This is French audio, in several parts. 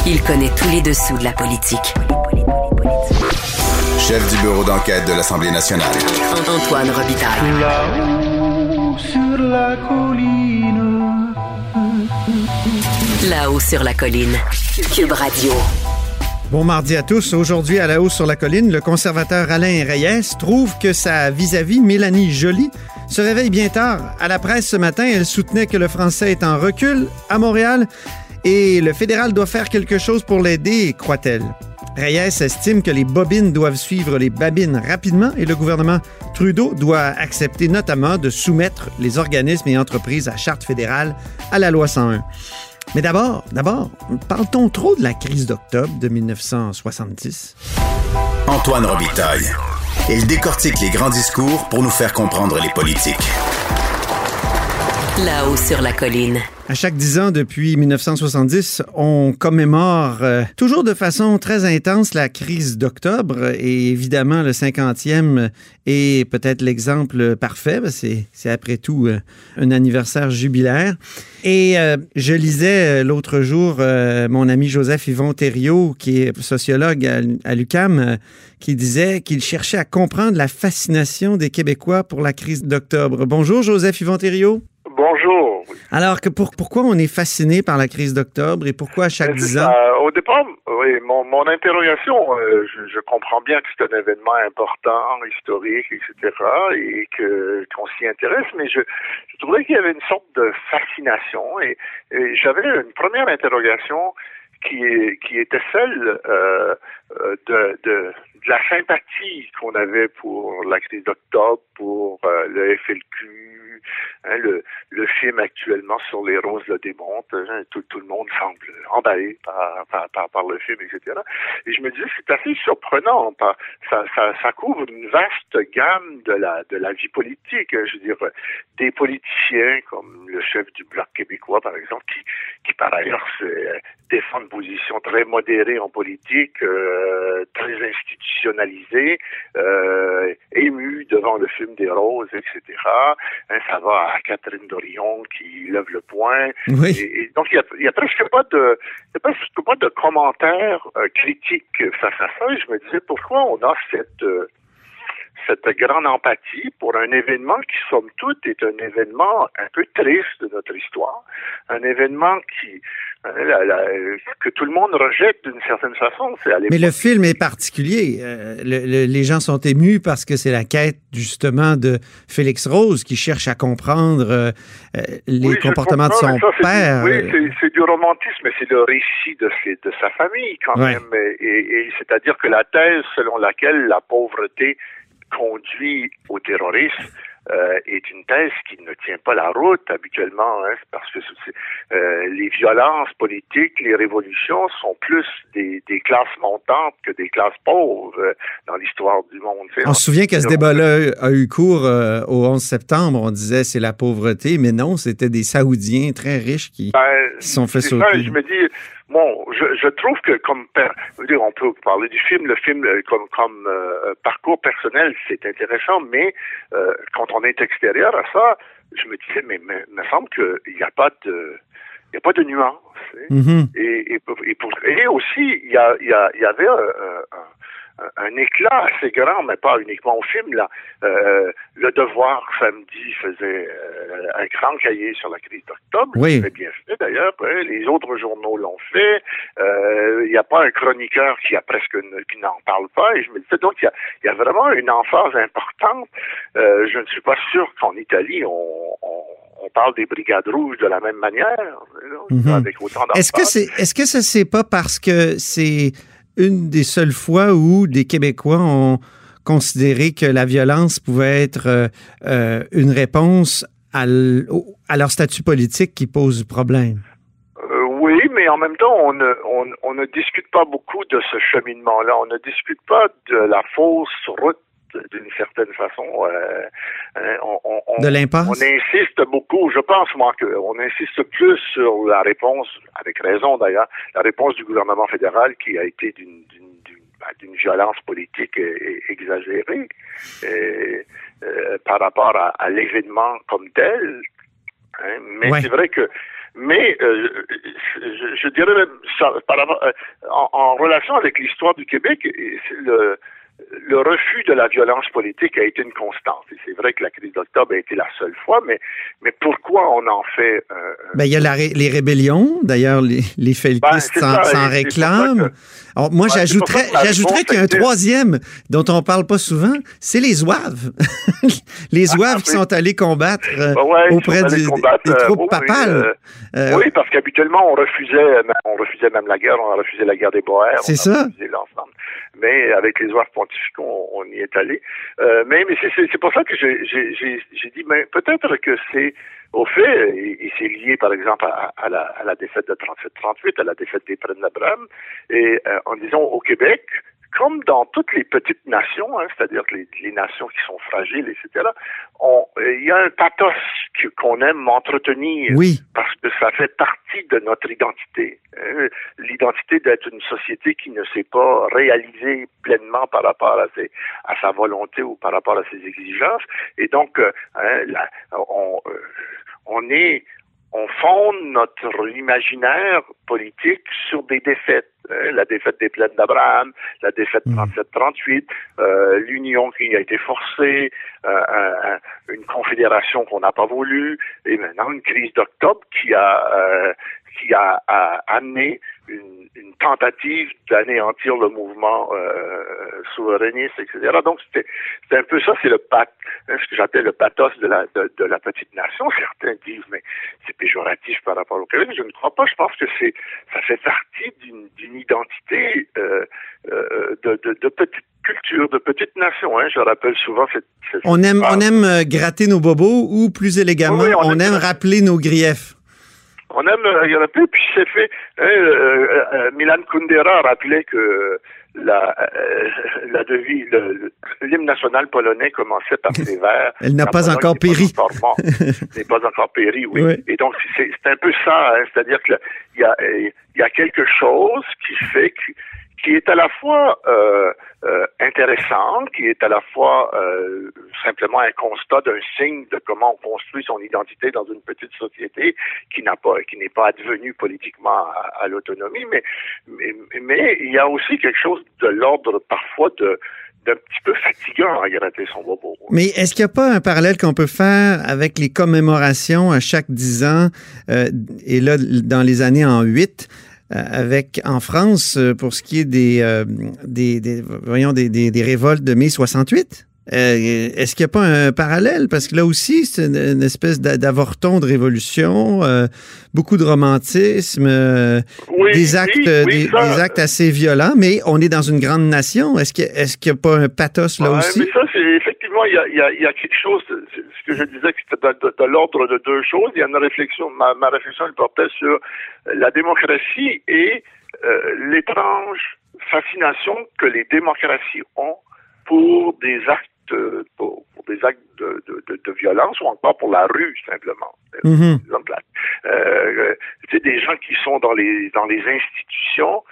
Il connaît tous les dessous de la politique. Chef du bureau d'enquête de l'Assemblée nationale. Antoine Robitaille. Là-haut sur la colline. Là-haut sur la colline. Cube Radio. Bon mardi à tous. Aujourd'hui, à La Haut sur la colline, le conservateur Alain Reyes trouve que sa vis-à-vis, Mélanie Joly, se réveille bien tard. À la presse ce matin, elle soutenait que le français est en recul à Montréal et le fédéral doit faire quelque chose pour l'aider, croit-elle. Reyes estime que les bobines doivent suivre les babines rapidement et le gouvernement Trudeau doit accepter notamment de soumettre les organismes et entreprises à charte fédérale à la loi 101. Mais d'abord, parle-t-on trop de la crise d'octobre de 1970? Antoine Robitaille. Il décortique les grands discours pour nous faire comprendre les politiques. Là-haut sur la colline. À chaque 10 ans depuis 1970, on commémore toujours de façon très intense la crise d'octobre et évidemment le 50e est peut-être l'exemple parfait. C'est après tout un anniversaire jubilaire. Et je lisais l'autre jour mon ami Joseph-Yvon Thériault, qui est sociologue à l'UQAM, qui disait qu'il cherchait à comprendre la fascination des Québécois pour la crise d'octobre. Bonjour Joseph-Yvon Thériault. Bonjour. Alors, pourquoi on est fasciné par la crise d'octobre et pourquoi à chaque 10 ans? Au départ, oui, mon interrogation, je comprends bien que c'est un événement important, historique, etc., et qu'on s'y intéresse, mais je trouvais qu'il y avait une sorte de fascination et j'avais une première interrogation qui était celle de la sympathie qu'on avait pour la crise d'octobre, pour le FLQ, hein, le film actuellement sur les roses le démontre, hein, tout le monde semble emballé par le film, etc. Et je me disais, c'est assez surprenant, ça couvre une vaste gamme de la vie politique. Je veux dire, des politiciens comme le chef du Bloc québécois, par exemple, qui par ailleurs défend une position très modérée en politique, très institutionnalisée, ému devant le film des roses, etc. Hein, ça va à Catherine Dorion qui lève le poing. Oui. Et donc il y a presque pas de commentaires critiques face à ça. Et je me disais pourquoi on a cette grande empathie pour un événement qui, somme toute, est un événement un peu triste de notre histoire, un événement que tout le monde rejette d'une certaine façon. Mais le film est particulier. Les gens sont émus parce que c'est la quête, justement, de Félix Rose qui cherche à comprendre les comportements de son père. C'est du romantisme, mais c'est le récit de sa famille, quand même. Et c'est-à-dire que la thèse selon laquelle la pauvreté conduit au terrorisme est une thèse qui ne tient pas la route habituellement, hein, parce que les violences politiques, les révolutions sont plus des classes montantes que des classes pauvres dans l'histoire du monde. On se souvient que ce débat-là a eu cours au 11 septembre. On disait c'est la pauvreté, mais non, c'était des Saoudiens très riches qui se sont fait sauter. Ça, je me dis, bon, je trouve que on peut parler du film, le film comme parcours personnel, c'est intéressant, mais quand on est extérieur à ça, je me disais, mais il me semble qu'il n'y a pas de nuance. Mm-hmm. Et aussi, il y avait un éclat assez grand, mais pas uniquement au film, là. Le Devoir, samedi, faisait un grand cahier sur la crise d'octobre. Oui. C'était bien fait, d'ailleurs. Les autres journaux l'ont fait. Il n'y a pas un chroniqueur qui n'en parle pas. Et je me disais, donc, il y a vraiment une emphase importante. Je ne suis pas sûr qu'en Italie, on parle des brigades rouges de la même manière, avec autant d'emphase. Est-ce que ça c'est pas parce que c'est une des seules fois où des Québécois ont considéré que la violence pouvait être une réponse à leur statut politique qui pose problème? Oui, mais en même temps, on ne discute pas beaucoup de ce cheminement-là. On ne discute pas de la fausse route d'une certaine façon. De l'impasse? On insiste beaucoup, je pense, moi, qu'on insiste plus sur la réponse, avec raison d'ailleurs, la réponse du gouvernement fédéral qui a été d'une violence politique exagérée par rapport à l'événement comme tel. Hein. Mais c'est vrai que Mais je dirais même ça, en relation avec l'histoire du Québec, le refus de la violence politique a été une constante. Et c'est vrai que la crise d'octobre a été la seule fois, mais pourquoi on en fait... il y a les rébellions. D'ailleurs, les felkistes s'en réclament. Alors, moi, j'ajouterais qu'il y a un troisième dont on parle pas souvent, c'est les Zouaves. Les Zouaves qui sont allés combattre auprès des troupes papales. Oui, parce qu'habituellement, on refusait même la guerre, on a refusé la guerre des Boers. C'est ça. Refusé l'ensemble. Mais avec les Zouaves pontificaux, on y est allé. Mais c'est pour ça que j'ai dit, mais peut-être que c'est au fait, et c'est lié par exemple à la défaite de 37-38, à la défaite des Plaines d'Abraham, et en disant au Québec, comme dans toutes les petites nations, c'est-à-dire les nations qui sont fragiles, etc., il y a un pathos qu'on aime entretenir, parce que ça fait partie de notre identité. L'identité d'être une société qui ne s'est pas réalisée pleinement par rapport à sa volonté ou par rapport à ses exigences. Et donc, on fonde notre imaginaire politique sur des défaites. La défaite des Plaines d'Abraham, la défaite 37-38, l'union qui a été forcée, une confédération qu'on n'a pas voulu, et maintenant une crise d'octobre qui a amené une tentative d'anéantir le mouvement souverainiste, etc. Donc c'est un peu ça, c'est ce que j'appelle le pathos de la petite nation. Certains disent mais c'est péjoratif par rapport au Québec. Je ne crois pas. Je pense que ça fait partie d'une identité de petite culture, de petite nation. Je rappelle souvent on aime gratter nos bobos ou plus élégamment, on aime rappeler nos griefs. On aime y rappeler, puis c'est fait. Milan Kundera rappelait que l'hymne national polonais commençait par ces vers. Elle n'a pas encore péri. N'est pas encore péri, oui. Et donc c'est un peu ça, c'est-à-dire que il y a quelque chose qui fait qui est à la fois intéressant, qui est à la fois simplement un constat d'un signe de comment on construit son identité dans une petite société qui n'est pas advenue politiquement à l'autonomie, mais il y a aussi quelque chose de l'ordre parfois d'un petit peu fatigant à gratter son bobo. Mais est-ce qu'il n'y a pas un parallèle qu'on peut faire avec les commémorations à chaque 10 ans, et là, dans les années en 8, avec en France, pour ce qui est des révoltes de mai 68? Est-ce qu'il n'y a pas un parallèle? Parce que là aussi, c'est une espèce d'avorton de révolution, beaucoup de romantisme, des actes assez violents, mais on est dans une grande nation. Est-ce qu'il n'y a pas un pathos là aussi? Mais ça, c'est effectivement, il y a quelque chose, ce que je disais, que c'était de l'ordre de deux choses. Il y a une réflexion, ma réflexion, elle portait sur la démocratie et l'étrange fascination que les démocraties ont pour des actes de violence ou encore pour la rue, simplement. Des gens qui sont dans les institutions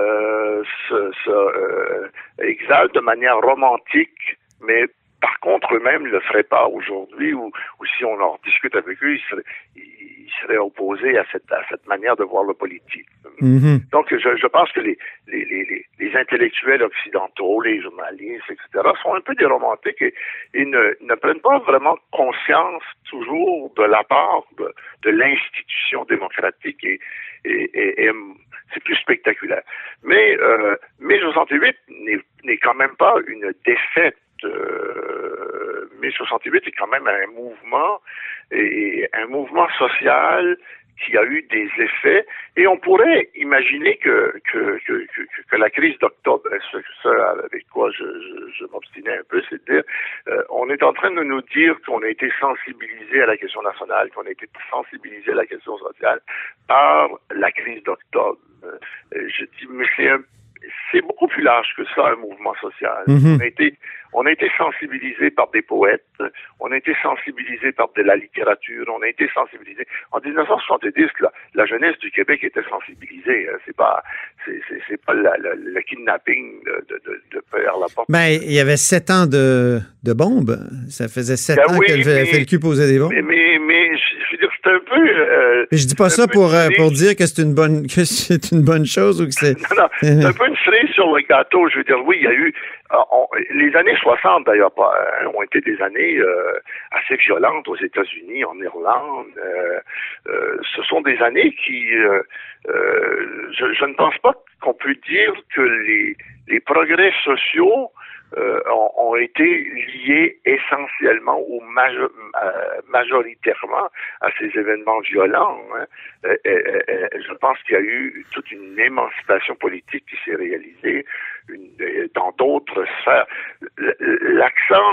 exaltent de manière romantique, mais par contre, eux-mêmes ne le feraient pas aujourd'hui, ou si on en discute avec eux, ils seraient opposés à cette manière de voir le politique. Donc, je pense que les intellectuels occidentaux, les journalistes, etc., sont un peu des romantiques et ne prennent pas vraiment conscience toujours de la part de l'institution démocratique et c'est plus spectaculaire. Mais 68 n'est quand même pas une défaite. Mai 68 est quand même un mouvement social qui a eu des effets, et on pourrait imaginer que la crise d'octobre, ce avec quoi je m'obstinais un peu, c'est de dire, on est en train de nous dire qu'on a été sensibilisé à la question nationale, qu'on a été sensibilisé à la question sociale par la crise d'octobre. Je dis, mais c'est beaucoup plus large que ça, un mouvement social. On a été sensibilisé par des poètes, on a été sensibilisé par de la littérature, on a été sensibilisé. En 1970, la jeunesse du Québec était sensibilisée. C'est pas le kidnapping de Pierre Laporte. Il y avait 7 ans de bombes. Ça faisait 7 ans que le FLQ posait des bombes. Mais je veux dire, un peu... je dis pas ça pour dire que c'est une bonne chose ou que c'est... Non, c'est un peu une cerise sur le gâteau. Je veux dire, oui, il y a eu... les années 60, d'ailleurs, ont été des années assez violentes aux États-Unis, en Irlande. Ce sont des années qui... je ne pense pas qu'on peut dire que les progrès sociaux ont été liés essentiellement ou majoritairement à ces événements violents. Je pense qu'il y a eu toute une émancipation politique qui s'est réalisée dans d'autres sphères. L'accent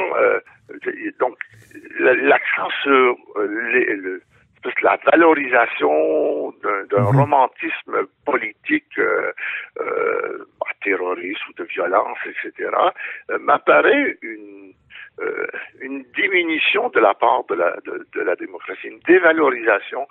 sur la valorisation d'un romantisme politique terroriste ou de violence, etc., m'apparaît une diminution de la part de la démocratie, une dévalorisation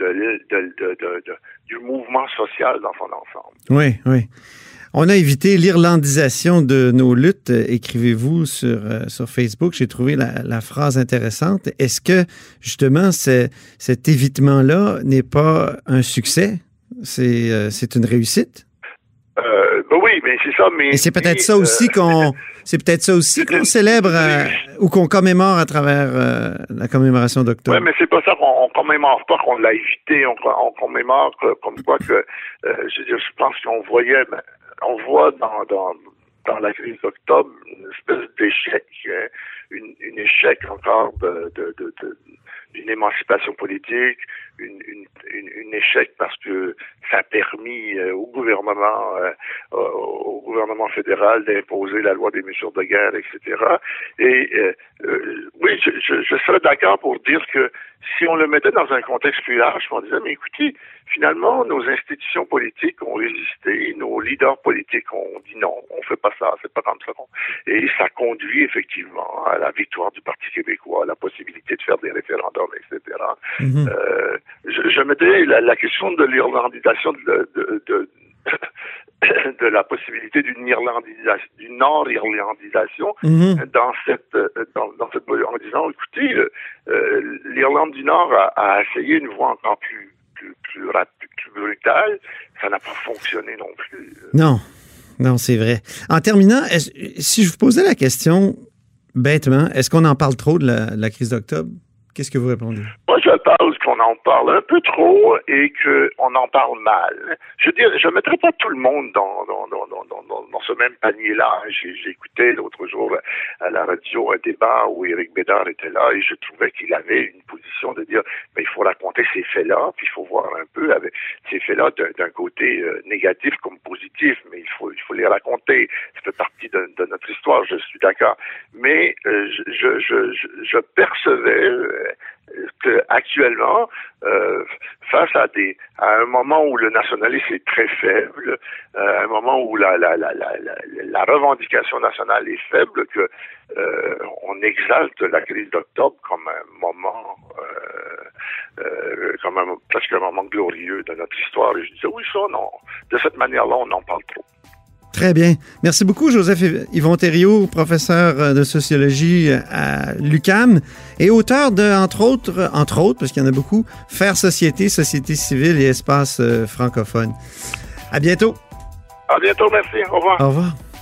du mouvement social dans son ensemble. Oui, oui. On a évité l'irlandisation de nos luttes, écrivez-vous sur Facebook. J'ai trouvé la phrase intéressante. Est-ce que, justement, cet évitement-là n'est pas un succès? C'est une réussite? Oui, mais c'est ça. Mais c'est peut-être ça aussi qu'on célèbre ou qu'on commémore à travers la commémoration d'octobre. Oui, mais c'est pas ça qu'on commémore pas qu'on l'a évité. On commémore comme quoi que, je pense qu'on voyait... On voit dans la crise d'octobre une espèce d'échec, une échec encore d'une émancipation politique, une échec parce que ça a permis au gouvernement fédéral d'imposer la loi des mesures de guerre, etc. Et oui, je serais d'accord pour dire que si on le mettait dans un contexte plus large, on disait, mais écoutez, finalement, nos institutions politiques ont résisté, nos leaders politiques ont dit non, on fait pas ça, c'est pas comme ça. Et ça conduit effectivement à la victoire du Parti québécois, à la possibilité de faire des référendums, etc. Mm-hmm. Je mettais la question de l'irlandisation de la possibilité d'une nord-irlandisation dans cette en disant, écoutez, l'Irlande du Nord a essayé une voie encore plus brutale, ça n'a pas fonctionné non plus. Non, c'est vrai. En terminant, si je vous posais la question bêtement, est-ce qu'on en parle trop de la crise d'octobre? Qu'est-ce que vous répondez? Moi, je pense qu'on en parle un peu trop et qu'on en parle mal. Je veux dire, je ne mettrais pas tout le monde dans ce même panier-là. J'ai écouté l'autre jour à la radio un débat où Éric Bédard était là et je trouvais qu'il avait une position de dire il faut raconter ces faits-là, puis il faut voir un peu avec ces faits-là d'un côté négatif comme positif, mais il faut les raconter. Ça fait partie de notre histoire, je suis d'accord. Mais je percevais que actuellement, face à un moment où le nationalisme est très faible, à un moment où la revendication nationale est faible, que on exalte la crise d'octobre comme un moment, presque un moment glorieux de notre histoire. Et je disais oui, ça non. De cette manière-là, on en parle trop. Très bien. Merci beaucoup, Joseph Yvon Thériault, professeur de sociologie à l'UQAM et auteur de, entre autres, parce qu'il y en a beaucoup, Faire société, société civile et espace francophone. À bientôt. À bientôt, merci. Au revoir. Au revoir.